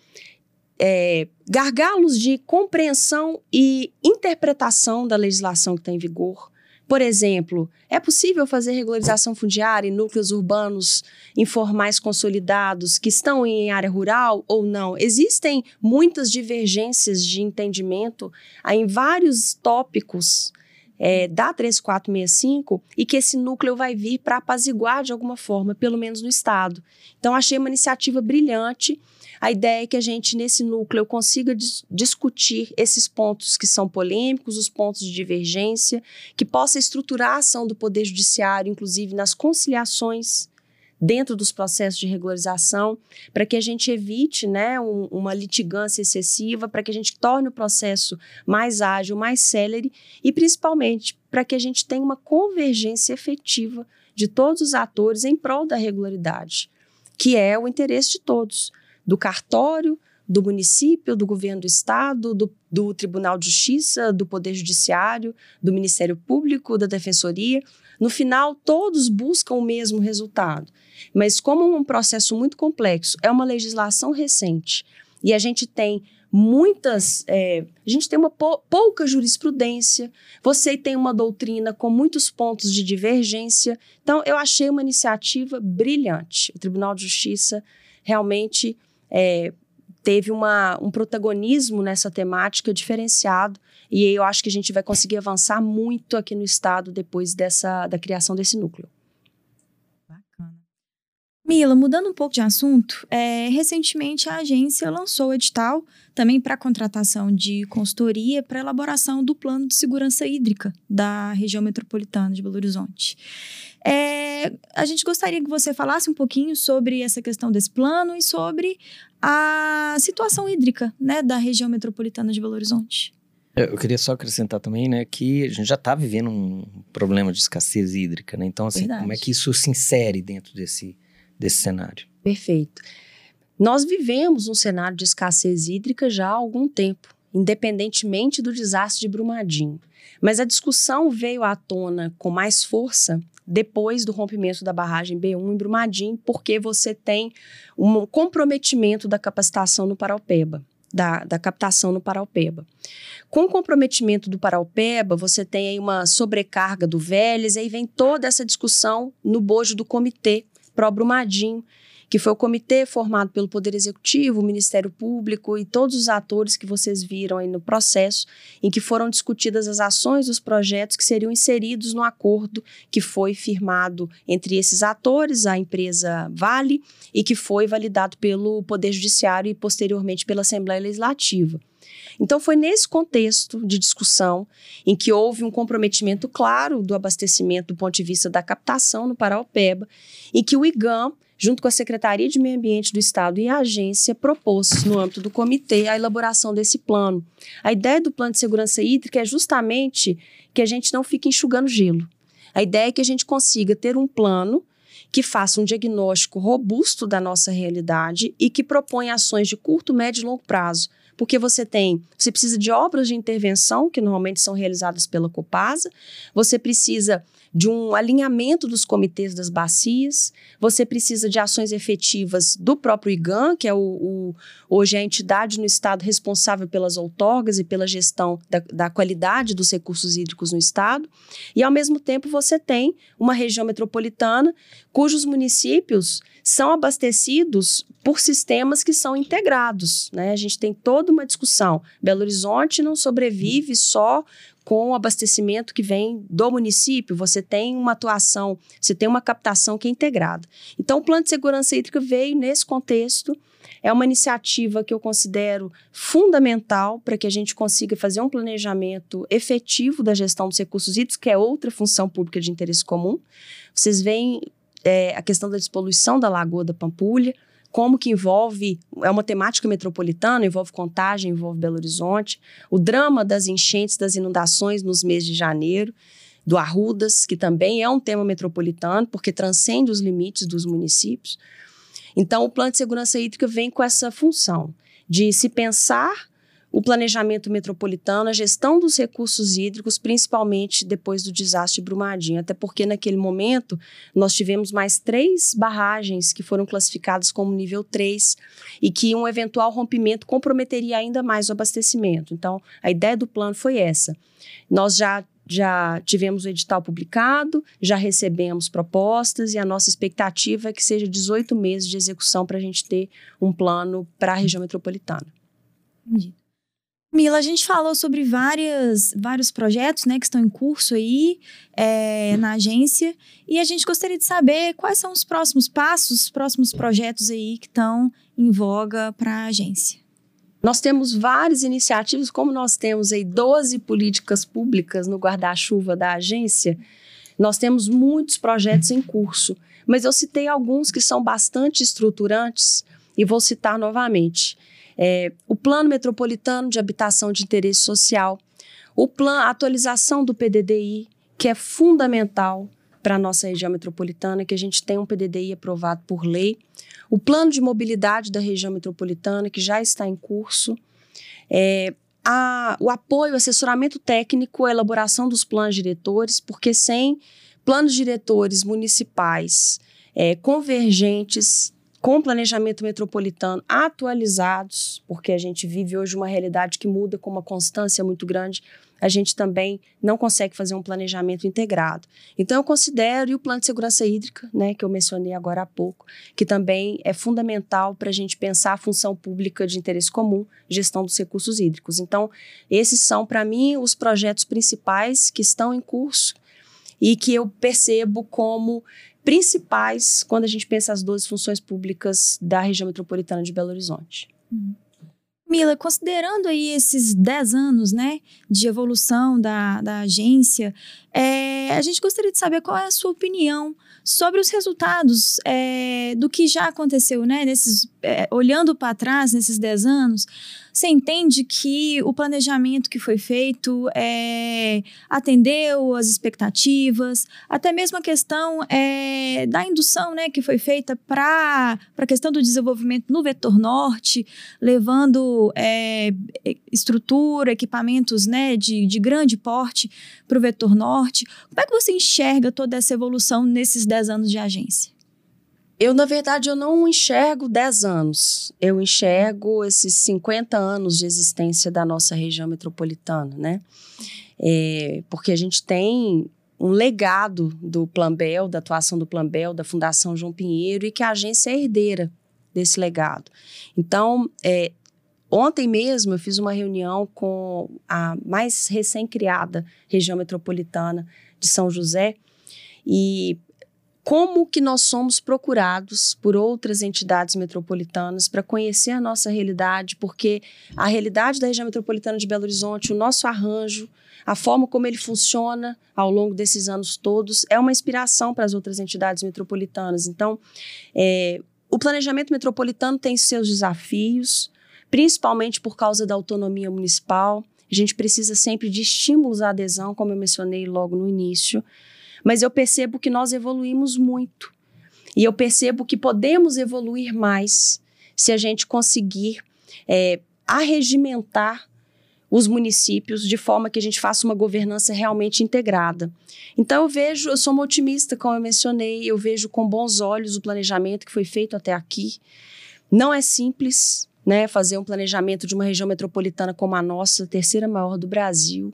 Gargalos de compreensão e interpretação da legislação que está em vigor. Por exemplo, é possível fazer regularização fundiária em núcleos urbanos informais consolidados que estão em área rural ou não? Existem muitas divergências de entendimento em vários tópicos da 13465 e que esse núcleo vai vir para apaziguar de alguma forma, pelo menos no Estado. Então, achei uma iniciativa brilhante. A ideia é que a gente, nesse núcleo, consiga discutir esses pontos que são polêmicos, os pontos de divergência, que possa estruturar a ação do Poder Judiciário, inclusive nas conciliações dentro dos processos de regularização, para que a gente evite, né, uma litigância excessiva, para que a gente torne o processo mais ágil, mais célere e, principalmente, para que a gente tenha uma convergência efetiva de todos os atores em prol da regularidade, que é o interesse de todos, do cartório, do município, do governo do estado, do Tribunal de Justiça, do Poder Judiciário, do Ministério Público, da Defensoria. No final, todos buscam o mesmo resultado. Mas como um processo muito complexo, é uma legislação recente e a gente tem a gente tem uma pouca jurisprudência, você tem uma doutrina com muitos pontos de divergência. Então, eu achei uma iniciativa brilhante. O Tribunal de Justiça realmente teve um protagonismo nessa temática diferenciado e eu acho que a gente vai conseguir avançar muito aqui no estado depois da criação desse núcleo. Bacana. Mila, mudando um pouco de assunto, recentemente a agência lançou o edital também para contratação de consultoria para elaboração do plano de segurança hídrica da região metropolitana de Belo Horizonte. A gente gostaria que você falasse um pouquinho sobre essa questão desse plano e sobre a situação hídrica, né, da região metropolitana de Belo Horizonte. Eu queria só acrescentar também, né, que a gente já está vivendo um problema de escassez hídrica, né? Então, assim, Verdade. como é que isso se insere dentro desse cenário? Perfeito. Nós vivemos um cenário de escassez hídrica já há algum tempo, independentemente do desastre de Brumadinho. Mas a discussão veio à tona com mais força depois do rompimento da barragem B1 em Brumadinho, porque você tem um comprometimento da capacitação no Paraopeba, da captação no Paraopeba. Com o comprometimento do Paraopeba, você tem aí uma sobrecarga do Vélez, e aí vem toda essa discussão no bojo do comitê pró-Brumadinho, que foi o comitê formado pelo Poder Executivo, o Ministério Público e todos os atores que vocês viram aí no processo, em que foram discutidas as ações dos projetos que seriam inseridos no acordo que foi firmado entre esses atores, a empresa Vale, e que foi validado pelo Poder Judiciário e posteriormente pela Assembleia Legislativa. Então, foi nesse contexto de discussão em que houve um comprometimento claro do abastecimento do ponto de vista da captação no Paraopeba, em que o IGAM, junto com a Secretaria de Meio Ambiente do Estado e a agência, propôs, no âmbito do comitê, a elaboração desse plano. A ideia do plano de segurança hídrica é justamente que a gente não fique enxugando gelo. A ideia é que a gente consiga ter um plano que faça um diagnóstico robusto da nossa realidade e que proponha ações de curto, médio e longo prazo. Porque você precisa de obras de intervenção, que normalmente são realizadas pela Copasa, você precisa de um alinhamento dos comitês das bacias, você precisa de ações efetivas do próprio IGAM, que é hoje a entidade no estado responsável pelas outorgas e pela gestão da qualidade dos recursos hídricos no estado, e ao mesmo tempo você tem uma região metropolitana cujos municípios são abastecidos por sistemas que são integrados, né? A gente tem toda uma discussão. Belo Horizonte não sobrevive só com o abastecimento que vem do município, você tem uma atuação, você tem uma captação que é integrada. Então, o Plano de Segurança Hídrica veio nesse contexto, é uma iniciativa que eu considero fundamental para que a gente consiga fazer um planejamento efetivo da gestão dos recursos hídricos, que é outra função pública de interesse comum. Vocês veem a questão da despoluição da Lagoa da Pampulha, como que envolve, é uma temática metropolitana, envolve Contagem, envolve Belo Horizonte, o drama das enchentes, das inundações nos meses de janeiro, do Arrudas, que também é um tema metropolitano, porque transcende os limites dos municípios. Então, o Plano de Segurança Hídrica vem com essa função de se pensar o planejamento metropolitano, a gestão dos recursos hídricos, principalmente depois do desastre de Brumadinho, até porque naquele momento nós tivemos mais 3 barragens que foram classificadas como nível 3 e que um eventual rompimento comprometeria ainda mais o abastecimento. Então, a ideia do plano foi essa. Nós já tivemos o edital publicado, já recebemos propostas e a nossa expectativa é que seja 18 meses de execução para a gente ter um plano para a região metropolitana. Entendi. Mila, a gente falou sobre vários projetos, né, que estão em curso aí na agência, e a gente gostaria de saber quais são os próximos passos, os próximos projetos aí que estão em voga para a agência. Nós temos várias iniciativas, como nós temos aí 12 políticas públicas no guarda-chuva da agência, nós temos muitos projetos em curso, mas eu citei alguns que são bastante estruturantes e vou citar novamente. O Plano Metropolitano de Habitação de Interesse Social, a atualização do PDDI, que é fundamental para a nossa região metropolitana, que a gente tem um PDDI aprovado por lei, o Plano de Mobilidade da região metropolitana, que já está em curso, o apoio, assessoramento técnico, a elaboração dos planos diretores, porque sem planos diretores municipais convergentes, com planejamento metropolitano atualizados, porque a gente vive hoje uma realidade que muda com uma constância muito grande, a gente também não consegue fazer um planejamento integrado. Então, eu considero o plano de segurança hídrica, né, que eu mencionei agora há pouco, que também é fundamental para a gente pensar a função pública de interesse comum, gestão dos recursos hídricos. Então, esses são, para mim, os projetos principais que estão em curso e que eu percebo como principais quando a gente pensa as 12 funções públicas da região metropolitana de Belo Horizonte. Mila, considerando aí esses 10 anos, né, de evolução da agência, a gente gostaria de saber qual é a sua opinião sobre os resultados do que já aconteceu, né, olhando para trás nesses 10 anos. Você entende que o planejamento que foi feito atendeu as expectativas, até mesmo a questão da indução, né, que foi feita para a questão do desenvolvimento no vetor norte, levando estrutura, equipamentos, né, de grande porte para o vetor norte. Como é que você enxerga toda essa evolução nesses 10 anos de agência? Na verdade, eu não enxergo 10 anos. Eu enxergo esses 50 anos de existência da nossa região metropolitana, né? Porque a gente tem um legado do Planbel, da atuação do Planbel, da Fundação João Pinheiro, e que a agência é herdeira desse legado. Então, ontem mesmo eu fiz uma reunião com a mais recém-criada região metropolitana de São José, e como que nós somos procurados por outras entidades metropolitanas para conhecer a nossa realidade, porque a realidade da região metropolitana de Belo Horizonte, o nosso arranjo, a forma como ele funciona ao longo desses anos todos, é uma inspiração para as outras entidades metropolitanas. Então, o planejamento metropolitano tem seus desafios, principalmente por causa da autonomia municipal. A gente precisa sempre de estímulos à adesão, como eu mencionei logo no início. Mas eu percebo que nós evoluímos muito. E eu percebo que podemos evoluir mais se a gente conseguir arregimentar os municípios de forma que a gente faça uma governança realmente integrada. Então eu sou uma otimista, como eu mencionei, eu vejo com bons olhos o planejamento que foi feito até aqui. Não é simples, né, fazer um planejamento de uma região metropolitana como a nossa, a terceira maior do Brasil.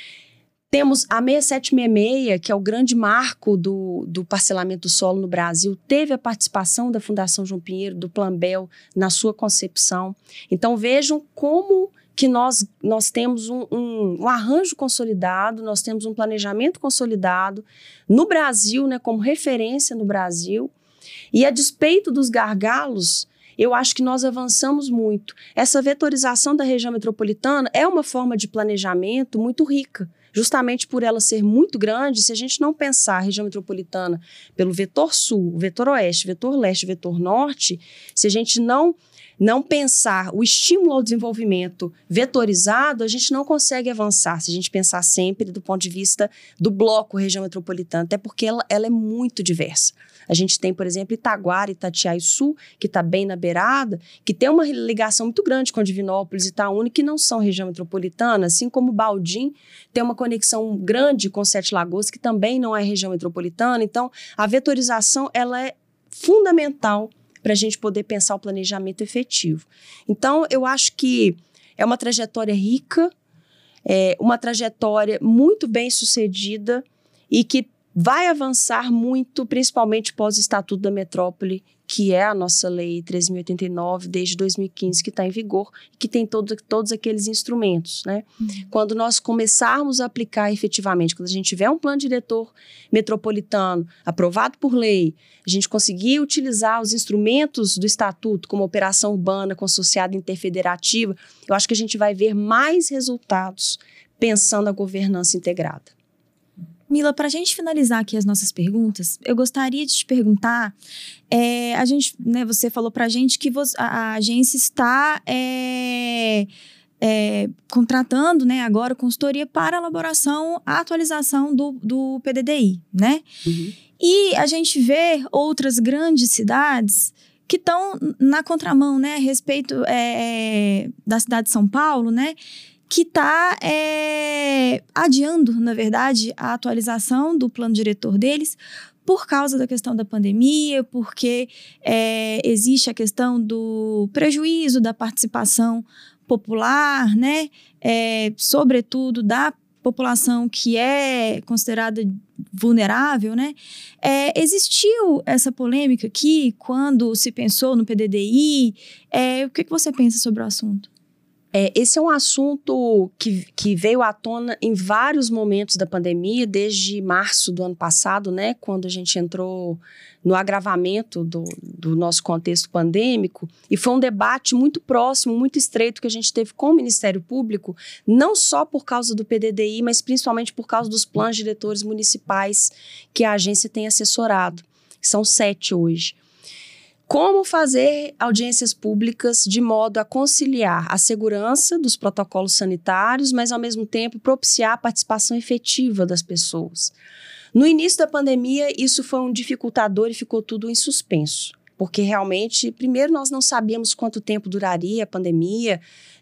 Temos a 6766, que é o grande marco do parcelamento do solo no Brasil, teve a participação da Fundação João Pinheiro, do Planbel, na sua concepção. Então, vejam como que nós temos um arranjo consolidado, nós temos um planejamento consolidado no Brasil, né, como referência no Brasil. E a despeito dos gargalos, eu acho que nós avançamos muito. Essa vetorização da região metropolitana é uma forma de planejamento muito rica. Justamente por ela ser muito grande, se a gente não pensar a região metropolitana pelo vetor sul, vetor oeste, vetor leste, vetor norte, se a gente não pensar o estímulo ao desenvolvimento vetorizado, a gente não consegue avançar, se a gente pensar sempre do ponto de vista do bloco região metropolitana, até porque ela é muito diversa. A gente tem, por exemplo, Itaguara, Itatiaia e Sul, que está bem na beirada, que tem uma ligação muito grande com Divinópolis e Itaúna, que não são região metropolitana, assim como Baldim tem uma conexão grande com Sete Lagoas, que também não é região metropolitana. Então, a vetorização ela é fundamental para a gente poder pensar o planejamento efetivo. Então, eu acho que é uma trajetória rica, uma trajetória muito bem sucedida e que vai avançar muito, principalmente pós-Estatuto da Metrópole, que é a nossa Lei 13.089, desde 2015, que está em vigor, e que tem todos aqueles instrumentos, né? Quando nós começarmos a aplicar efetivamente, quando a gente tiver um plano diretor metropolitano aprovado por lei, a gente conseguir utilizar os instrumentos do Estatuto, como operação urbana, consociada interfederativa, eu acho que a gente vai ver mais resultados pensando a governança integrada. Mila, para a gente finalizar aqui as nossas perguntas, eu gostaria de te perguntar, você falou para a gente que a agência está contratando, né, agora consultoria para elaboração, a atualização do PDDI, né? Uhum. E a gente vê outras grandes cidades que estão na contramão, né, a respeito da cidade de São Paulo, né, que está adiando, na verdade, a atualização do plano diretor deles por causa da questão da pandemia, porque existe a questão do prejuízo da participação popular, né, sobretudo da população que é considerada vulnerável, né? Existiu essa polêmica aqui quando se pensou no PDDI? O que você pensa sobre o assunto? Esse é um assunto que veio à tona em vários momentos da pandemia, desde março do ano passado, né, quando a gente entrou no agravamento do nosso contexto pandêmico, e foi um debate muito próximo, muito estreito que a gente teve com o Ministério Público, não só por causa do PDDI, mas principalmente por causa dos planos diretores municipais que a agência tem assessorado, que são 7 hoje. Como fazer audiências públicas de modo a conciliar a segurança dos protocolos sanitários, mas ao mesmo tempo propiciar a participação efetiva das pessoas. No início da pandemia, isso foi um dificultador e ficou tudo em suspenso, porque realmente, primeiro, nós não sabíamos quanto tempo duraria a pandemia,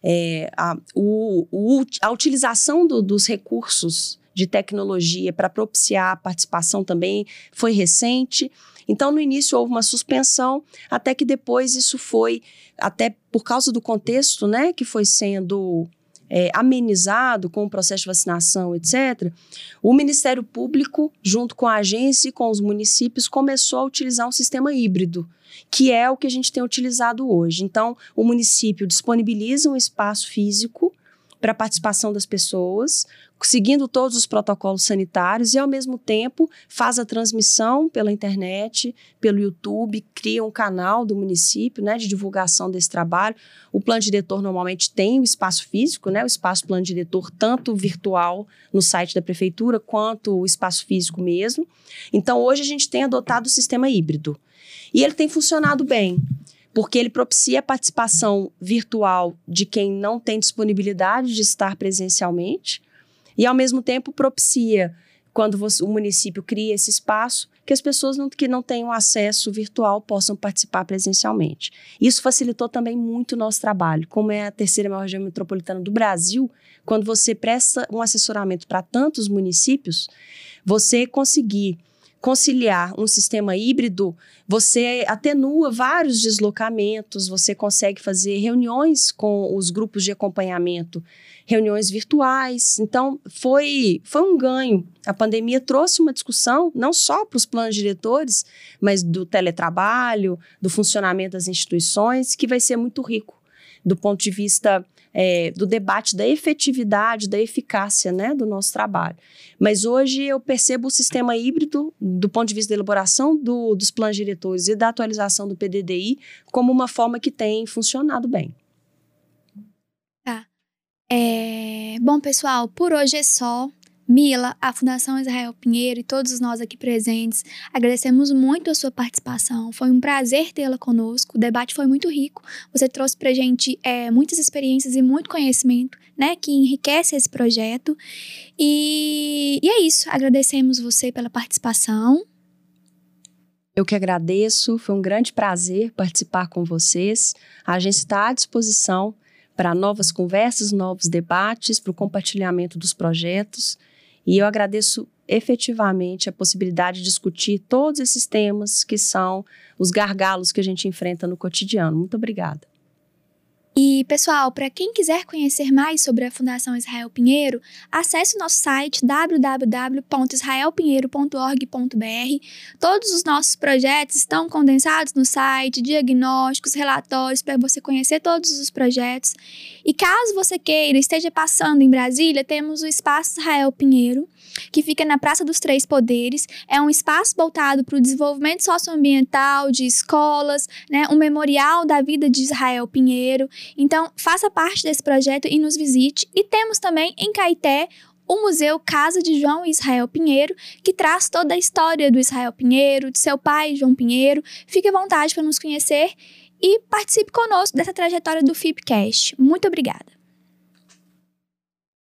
a utilização dos recursos de tecnologia para propiciar a participação também foi recente. Então, no início, houve uma suspensão, até que depois isso foi, até por causa do contexto, né, que foi sendo amenizado com o processo de vacinação, etc., o Ministério Público, junto com a agência e com os municípios, começou a utilizar um sistema híbrido, que é o que a gente tem utilizado hoje. Então, o município disponibiliza um espaço físico para a participação das pessoas, seguindo todos os protocolos sanitários e, ao mesmo tempo, faz a transmissão pela internet, pelo YouTube, cria um canal do município, né, de divulgação desse trabalho. O plano diretor normalmente tem o espaço físico, né, o espaço plano diretor, tanto virtual no site da prefeitura, quanto o espaço físico mesmo. Então, hoje a gente tem adotado o sistema híbrido. E ele tem funcionado bem, porque ele propicia a participação virtual de quem não tem disponibilidade de estar presencialmente e, ao mesmo tempo, propicia, quando o município cria esse espaço, que as pessoas que não tenham acesso virtual possam participar presencialmente. Isso facilitou também muito o nosso trabalho. Como é a 3ª maior região metropolitana do Brasil, quando você presta um assessoramento para tantos municípios, você conseguir conciliar um sistema híbrido, você atenua vários deslocamentos, você consegue fazer reuniões com os grupos de acompanhamento, reuniões virtuais. Então, foi um ganho. A pandemia trouxe uma discussão, não só para os planos diretores, mas do teletrabalho, do funcionamento das instituições, que vai ser muito rico do ponto de vista do debate da efetividade, da eficácia, né, do nosso trabalho. Mas hoje eu percebo o sistema híbrido, do ponto de vista da elaboração dos planos diretores e da atualização do PDDI, como uma forma que tem funcionado bem. Tá. Bom, pessoal, por hoje é só. Mila, a Fundação Israel Pinheiro e todos nós aqui presentes, agradecemos muito a sua participação. Foi um prazer tê-la conosco. O debate foi muito rico. Você trouxe pra gente muitas experiências e muito conhecimento, né, que enriquece esse projeto. E é isso. Agradecemos você pela participação. Eu que agradeço. Foi um grande prazer participar com vocês. A agência está à disposição para novas conversas, novos debates, para o compartilhamento dos projetos. E eu agradeço efetivamente a possibilidade de discutir todos esses temas que são os gargalos que a gente enfrenta no cotidiano. Muito obrigada. E, pessoal, para quem quiser conhecer mais sobre a Fundação Israel Pinheiro, acesse o nosso site www.israelpinheiro.org.br. Todos os nossos projetos estão condensados no site, diagnósticos, relatórios, para você conhecer todos os projetos. E caso você queira, esteja passando em Brasília, temos o Espaço Israel Pinheiro, que fica na Praça dos Três Poderes. É um espaço voltado para o desenvolvimento socioambiental de escolas, né, um memorial da vida de Israel Pinheiro. Então, faça parte desse projeto e nos visite. E temos também em Caeté o Museu Casa de João Israel Pinheiro, que traz toda a história do Israel Pinheiro, de seu pai, João Pinheiro. Fique à vontade para nos conhecer e participe conosco dessa trajetória do FIPcast. Muito obrigada!